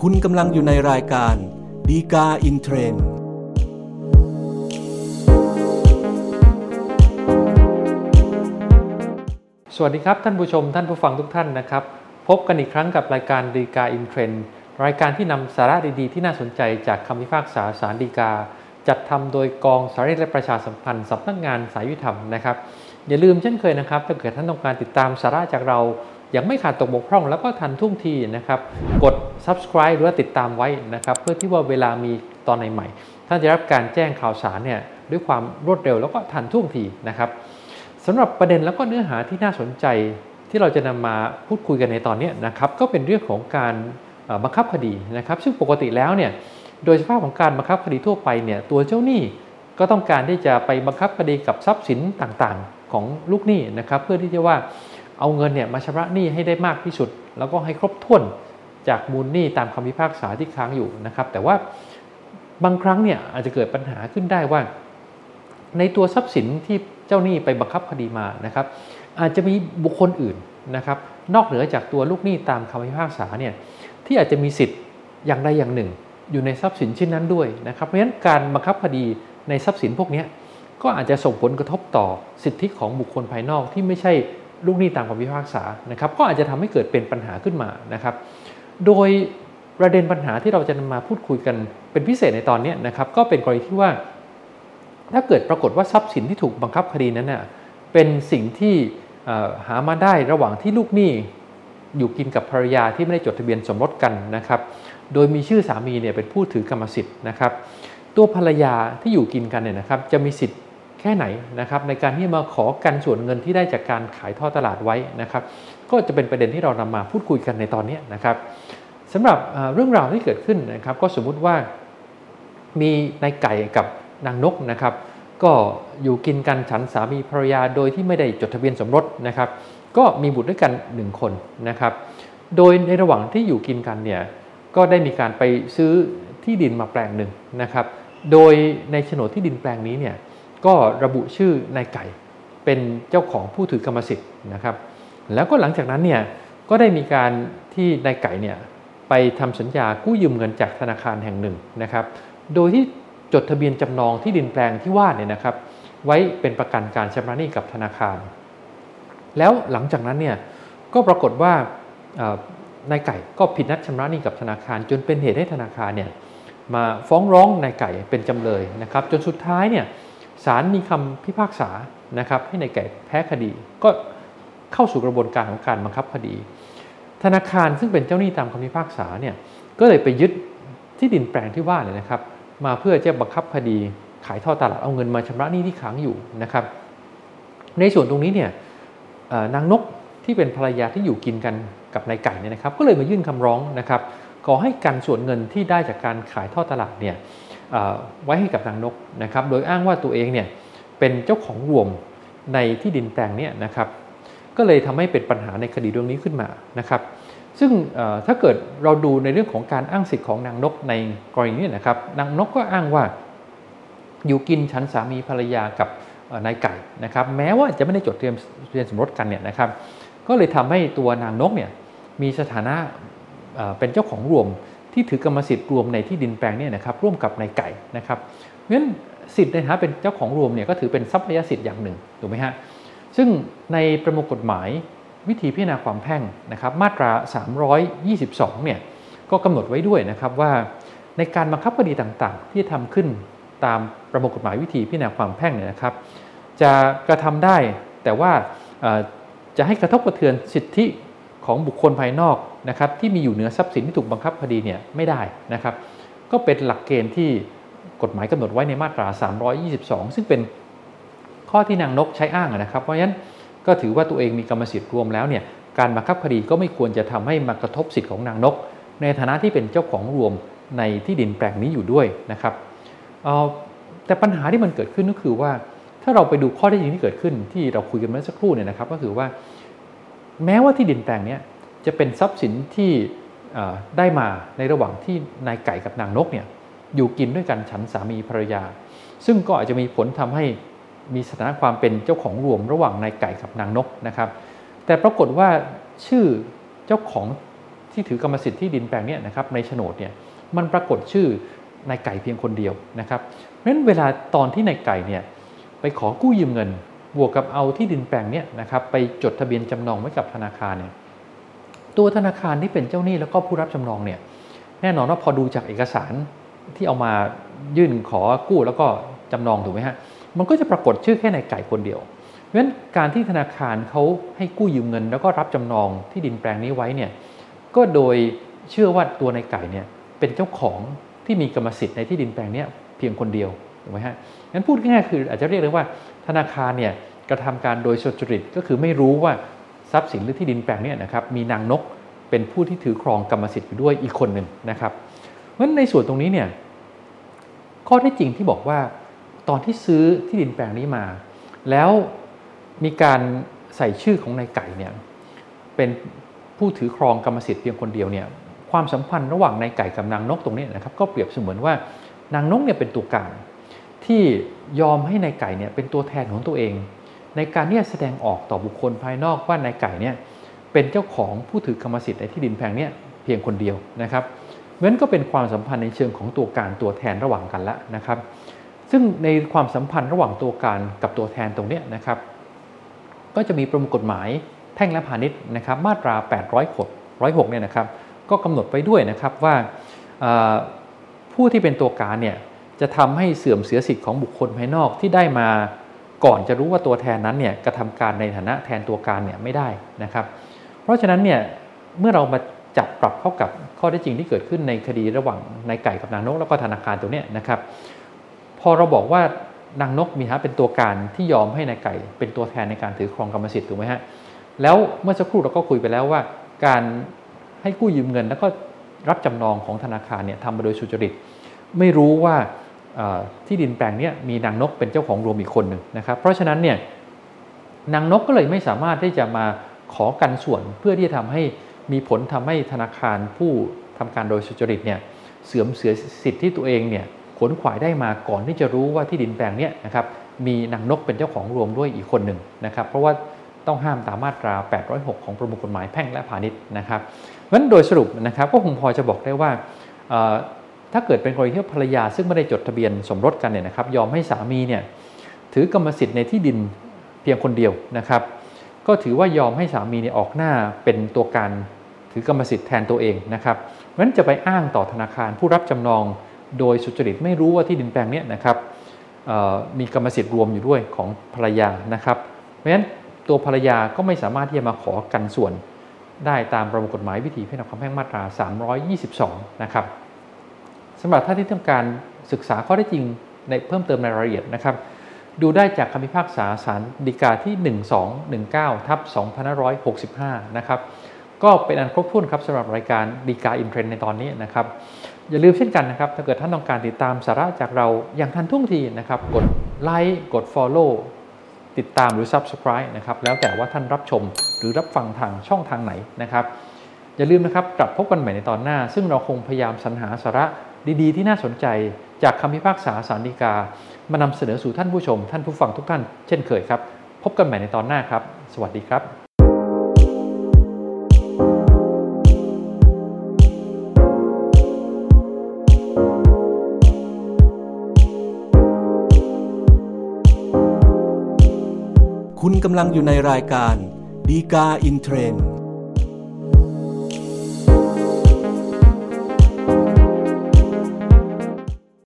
คุณกำลังอยู่ในรายการดีกาอินเทรนด์สวัสดีครับท่านผู้ชมท่านผู้ฟังทุกท่านนะครับพบกันอีกครั้งกับรายการดีกาอินเทรนด์รายการที่นำสาระดีๆที่น่าสนใจจากคำพิพากษาศาลฎีกาจัดทำโดยกองสารนิเทศและประชาสัมพันธ์สำนักงานสายยุติธรรมนะครับอย่าลืมเช่นเคยนะครับถ้าเกิดท่านต้องการติดตามสาระจากเราอย่างไม่ขาดตกบกพร่องแล้วก็ทันท่วงทีนะครับกด subscribe หรือว่าติดตามไว้นะครับเพื่อที่ว่าเวลามีตอนใหม่ๆท่านจะรับการแจ้งข่าวสารเนี่ยด้วยความรวดเร็วแล้วก็ทันท่วงทีนะครับสำหรับประเด็นแล้วก็เนื้อหาที่น่าสนใจที่เราจะนำมาพูดคุยกันในตอนนี้นะครับก็เป็นเรื่องของการบังคับคดีนะครับซึ่งปกติแล้วเนี่ยโดยสภาพของการบังคับคดีทั่วไปเนี่ยตัวเจ้าหนี้ก็ต้องการที่จะไปบังคับคดีกับทรัพย์สินต่างๆของลูกหนี้นะครับเพื่อที่จะว่าเอาเงินเนี่ยมาชำระหนี้ให้ได้มากที่สุดแล้วก็ให้ครบถ้วนจากมูลหนี้ตามคำพิพากษาที่ค้างอยู่นะครับแต่ว่าบางครั้งเนี่ยอาจจะเกิดปัญหาขึ้นได้ว่าในตัวทรัพย์สินที่เจ้าหนี้ไปบังคับคดีมานะครับอาจจะมีบุคคลอื่นนะครับนอกเหนือจากตัวลูกหนี้ตามคำพิพากษาเนี่ยที่อาจจะมีสิทธิ์อย่างใดอย่างหนึ่งอยู่ในทรัพย์สินชิ้นนั้นด้วยนะครับเพราะฉะนั้นการบังคับคดีในทรัพย์สินพวกนี้ก็อาจจะส่งผลกระทบต่อสิทธิของบุคคลภายนอกที่ไม่ใช่ลูกหนี้ตามคำพิพากษานะครับก็อาจจะทำให้เกิดเป็นปัญหาขึ้นมานะครับโดยประเด็นปัญหาที่เราจะนำมาพูดคุยกันเป็นพิเศษในตอนนี้นะครับก็เป็นกรณีที่ว่าถ้าเกิดปรากฏว่าทรัพย์สินที่ถูกบังคับคดีนั้นเป็นสิ่งที่หามาได้ระหว่างที่ลูกหนี้อยู่กินกับภรรยาที่ไม่ได้จดทะเบียนสมรสกันนะครับโดยมีชื่อสามีเนี่ยเป็นผู้ถือกรรมสิทธิ์นะครับตัวภรรยาที่อยู่กินกันเนี่ยนะครับจะมีสิทธิ์แค่ไหนนะครับในการที่มาขอกันส่วนเงินที่ได้จากการขายทอดตลาดไว้นะครับก็จะเป็นประเด็นที่เรานำมาพูดคุยกันในตอนนี้นะครับสำหรับเรื่องราวที่เกิดขึ้นนะครับก็สมมุติว่ามีนายไก่กับนางนกนะครับก็อยู่กินกันฉันสามีภรรยาโดยที่ไม่ได้จดทะเบียนสมรสนะครับก็มีบุตรด้วยกัน1คนนะครับโดยในระหว่างที่อยู่กินกันเนี่ยก็ได้มีการไปซื้อที่ดินมาแปลงหนึ่งนะครับโดยในโฉนดที่ดินแปลงนี้เนี่ยก็ระบุชื่อนายไก่เป็นเจ้าของผู้ถือกรรมสิทธิ์นะครับแล้วก็หลังจากนั้นเนี่ยก็ได้มีการที่นายไก่เนี่ยไปทำสัญญากู้ยืมเงินจากธนาคารแห่งหนึ่งนะครับโดยที่จดทะเบียนจำนองที่ดินแปลงที่ว่าเนี่ยนะครับไว้เป็นประกันการชำระหนี้กับธนาคารแล้วหลังจากนั้นเนี่ยก็ปรากฏว่านายไก่ก็ผิดนัดชำระหนี้กับธนาคารจนเป็นเหตุให้ธนาคารเนี่ยมาฟ้องร้องนายไก่เป็นจำเลยนะครับจนสุดท้ายเนี่ยศาลมีคำพิพากษานะครับให้นายไก่แพ้คดีก็เข้าสู่กระบวนการของการบังคับคดีธนาคารซึ่งเป็นเจ้าหนี้ตามคำพิพากษาเนี่ยก็เลยไปยึดที่ดินแปลงที่ว่าเลยนะครับมาเพื่อจะบังคับคดีขายทอดตลาดเอาเงินมาชำระหนี้ที่ค้างอยู่นะครับในส่วนตรงนี้เนี่ยนางนกที่เป็นภรรยาที่อยู่กินกันกับนายไก่เนี่ยนะครับก็เลยมายื่นคำร้องนะครับขอให้กันส่วนเงินที่ได้จากการขายทอดตลาดเนี่ยไว้ให้กับนางนกนะครับโดยอ้างว่าตัวเองเนี่ยเป็นเจ้าของรวมในที่ดินแปลงนี้นะครับก็เลยทำให้เป็นปัญหาในคดีเรื่องนี้ขึ้นมานะครับซึ่งถ้าเกิดเราดูในเรื่องของการอ้างสิทธิ์ของนางนกในกรณีนี้นะครับนางนกก็อ้างว่าอยู่กินฉันสามีภรรยากับนายไก่นะครับแม้ว่าจะไม่ได้จดทะเบียนสมรสกันเนี่ยนะครับก็เลยทำให้ตัวนางนกเนี่ยมีสถานะเป็นเจ้าของรวมที่ถือกรรมสิทธิ์รวมในที่ดินแปลงนี้นะครับร่วมกับนายไก่นะครับเพราะฉะนั้นสิทธิ์ในฐานะเป็นเจ้าของรวมเนี่ยก็ถือเป็นทรัพยสิทธิ์อย่างหนึ่งถูกไหมฮะซึ่งในประมวลกฎหมายวิธีพิจารณาความแพ่งนะครับมาตรา322เนี่ยก็กำหนดไว้ด้วยนะครับว่าในการบังคับคดีต่างๆที่ทำขึ้นตามประมวลกฎหมายวิธีพิจารณาความแพ่งเนี่ยนะครับจะกระทำได้แต่ว่าจะให้กระทบกระเทือนสิทธิของบุคคลภายนอกนะครับที่มีอยู่เหนือทรัพย์สินที่ถูกบังคับคดีเนี่ยไม่ได้นะครับก็เป็นหลักเกณฑ์ที่กฎหมายกำหนดไว้ในมาตรา322ซึ่งเป็นข้อที่นางนกใช้อ้างนะครับเพราะฉะนั้นก็ถือว่าตัวเองมีกรรมสิทธิ์รวมแล้วเนี่ยการบังคับคดีก็ไม่ควรจะทำให้มากระทบสิทธิของนางนกในฐานะที่เป็นเจ้าของรวมในที่ดินแปลงนี้อยู่ด้วยนะครับแต่ปัญหาที่มันเกิดขึ้นก็คือว่าถ้าเราไปดูข้อเท็จจริงที่เกิดขึ้นที่เราคุยกันเมื่อสักครู่เนี่ยนะครับก็คือว่าแม้ว่าที่ดินแปลงนี้จะเป็นทรัพย์สินที่ได้มาในระหว่างที่นายไก่กับนางนกเนี่ยอยู่กินด้วยกันฉันสามีภรรยาซึ่งก็อาจจะมีผลทำให้มีสถานะความเป็นเจ้าของรวมระหว่างนายไก่กับนางนกนะครับแต่ปรากฏว่าชื่อเจ้าของทที่ถือกรรมสิทธิ์ที่ดินแปลงนี้นะครับในโฉนดเนี่ยมันปรากฏชื่อนายไก่เพียงคนเดียวนะครับเพราะฉะนั้นเวลาตอนที่นายไก่เนี่ยไปขอกู้ยืมเงินบวกกับเอาที่ดินแปลงนี้นะครับไปจดทะเบียนจำนองไว้กับธนาคารเนี่ยตัวธนาคารที่เป็นเจ้าหนี้แล้วก็ผู้รับจำนองเนี่ยแน่นอนว่าพอดูจากเอกสารที่เอามายื่นขอกู้แล้วก็จำนองถูกไหมฮะมันก็จะปรากฏชื่อแค่นายไก่คนเดียวเพราะฉะนั้นการที่ธนาคารเขาให้กู้ยืมเงินแล้วก็รับจำนองที่ดินแปลงนี้ไว้เนี่ยก็โดยเชื่อว่าตัวนายไก่เนี่ยเป็นเจ้าของที่มีกรรมสิทธิ์ในที่ดินแปลงนี้เพียงคนเดียวถูกไหมฮะงั้นพูดง่ายๆคืออาจจะเรียกได้ว่าธนาคารเนี่ยกระทำการโดยสุจริตก็คือไม่รู้ว่าทรัพย์สินหรือที่ดินแปลงนี้นะครับมีนางนกเป็นผู้ที่ถือครองกรรมสิทธิ์อยู่ด้วยอีกคนหนึ่งนะครับเพราะฉะนั้นในส่วนตรงนี้เนี่ยข้อเท็จจริงที่บอกว่าตอนที่ซื้อที่ดินแปลงนี้มาแล้วมีการใส่ชื่อของนายไก่เนี่ยเป็นผู้ถือครองกรรมสิทธิ์เพียงคนเดียวเนี่ยความสัมพันธ์ระหว่างนายไก่กับนางนกตรงนี้นะครับก็เปรียบเสมือนว่านางนกเนี่ยเป็นตัวกลางที่ยอมให้นายไก่เนี่ยเป็นตัวแทนของตัวเองในการที่จะแสดงออกต่อบุคคลภายนอกว่านายไก่เนี่ยเป็นเจ้าของผู้ถือกรรมสิทธิ์ในที่ดินแปลงนี้เพียงคนเดียวนะครับเพราะฉะนั้นก็เป็นความสัมพันธ์ในเชิงของตัวกลางตัวแทนระหว่างกันละนะครับซึ่งในความสัมพันธ์ระหว่างตัวกลางกับตัวแทนตรงนี้นะครับก็จะมีประมวลกฎหมายแพ่งและพาณิชย์นะครับมาตรา806เนี่ยนะครับก็กำหนดไว้ด้วยนะครับว่าผู้ที่เป็นตัวกลางเนี่ยจะทำให้เสื่อมเสียสิทธิ์ของบุคคลภายนอกที่ได้มาก่อนจะรู้ว่าตัวแทนนั้นเนี่ยกระทำการในฐานะแทนตัวกลางเนี่ยไม่ได้นะครับเพราะฉะนั้นเนี่ยเมื่อเรามาจับปรับเข้ากับข้อเท็จจริงที่เกิดขึ้นในคดีระหว่างนายไก่กับนางนกแล้วก็ธนาคารตัวนี้นะครับพอเราบอกว่านางนกมีฐานะเป็นตัวกลางที่ยอมให้นายไก่เป็นตัวแทนในการถือครองกรรมสิทธิ์ถูกไหมฮะแล้วเมื่อสักครู่เราก็คุยไปแล้วว่าการให้กู้ยืมเงินแล้วก็รับจำนองของธนาคารเนี่ยทำมาโดยสุจริตไม่รู้ว่าที่ดินแปลงนี้มีนางนกเป็นเจ้าของรวมอีกคนหนึ่งนะครับเพราะฉะนั้นเนี่ยนางนกก็เลยไม่สามารถที่จะมาขอกันส่วนเพื่อที่จะทำให้มีผลทำให้ธนาคารผู้ทำการโดยสุจริตเนี่ยเสื่อมเสียสิทธิ์ที่ตัวเองเนี่ยขนขวายได้มาก่อนที่จะรู้ว่าที่ดินแปลงนี้นะครับมีนางนกเป็นเจ้าของรวมด้วยอีกคนหนึ่งนะครับเพราะว่าต้องห้ามตามมาตรา806ของประมวลกฎหมายแพ่งและพาณิชย์นะครับเพราะฉะนั้นโดยสรุปนะครับก็คงพอจะบอกได้ว่าถ้าเกิดเป็นกรณีที่ภรรยาซึ่งไม่ได้จดทะเบียนสมรสกันเนี่ยนะครับยอมให้สามีเนี่ยถือกรรมสิทธิ์ในที่ดินเพียงคนเดียวนะครับก็ถือว่ายอมให้สามีเนี่ยออกหน้าเป็นตัวการถือกรรมสิทธิ์แทนตัวเองนะครับเพราะฉะนั้นจะไปอ้างต่อธนาคารผู้รับจำนองโดยสุจริตไม่รู้ว่าที่ดินแปลงนี้นะครับมีกรรมสิทธิ์รวมอยู่ด้วยของภรรยานะครับเพราะฉะนั้นตัวภรรยาก็ไม่สามารถที่จะมาขอกันส่วนได้ตามประมวลกฎหมายวิธีพิจารณาความแพ่งมาตรา322นะครับสำหรับท่านที่ต้องการศึกษาข้อเท็จจริงในเพิ่มเติมในรายละเอียดนะครับดูได้จากคำพิพากษาศาลฎีกาที่1219/2565นะครับก็เป็นอันครบถ้วนครับสำหรับรายการฎีกาอินเทรนด์ในตอนนี้นะครับอย่าลืมเช่นกันนะครับถ้าเกิดท่านต้องการติดตามสาระจากเราอย่างทันท่วงทีนะครับกดไลค์กด Follow ติดตามหรือ Subscribe นะครับแล้วแต่ว่าท่านรับชมหรือรับฟังทางช่องทางไหนนะครับอย่าลืมนะครับกลับพบกันใหม่ในตอนหน้าซึ่งเราคงพยายามสรรหาสาระดีๆที่น่าสนใจจากคำพิพากษาศาลฎีกามานำเสนอสู่ท่านผู้ชมท่านผู้ฟังทุกท่านเช่นเคยครับพบกันใหม่ในตอนหน้าครับสวัสดีครับคุณกำลังอยู่ในรายการฎีกาอินเทรนด์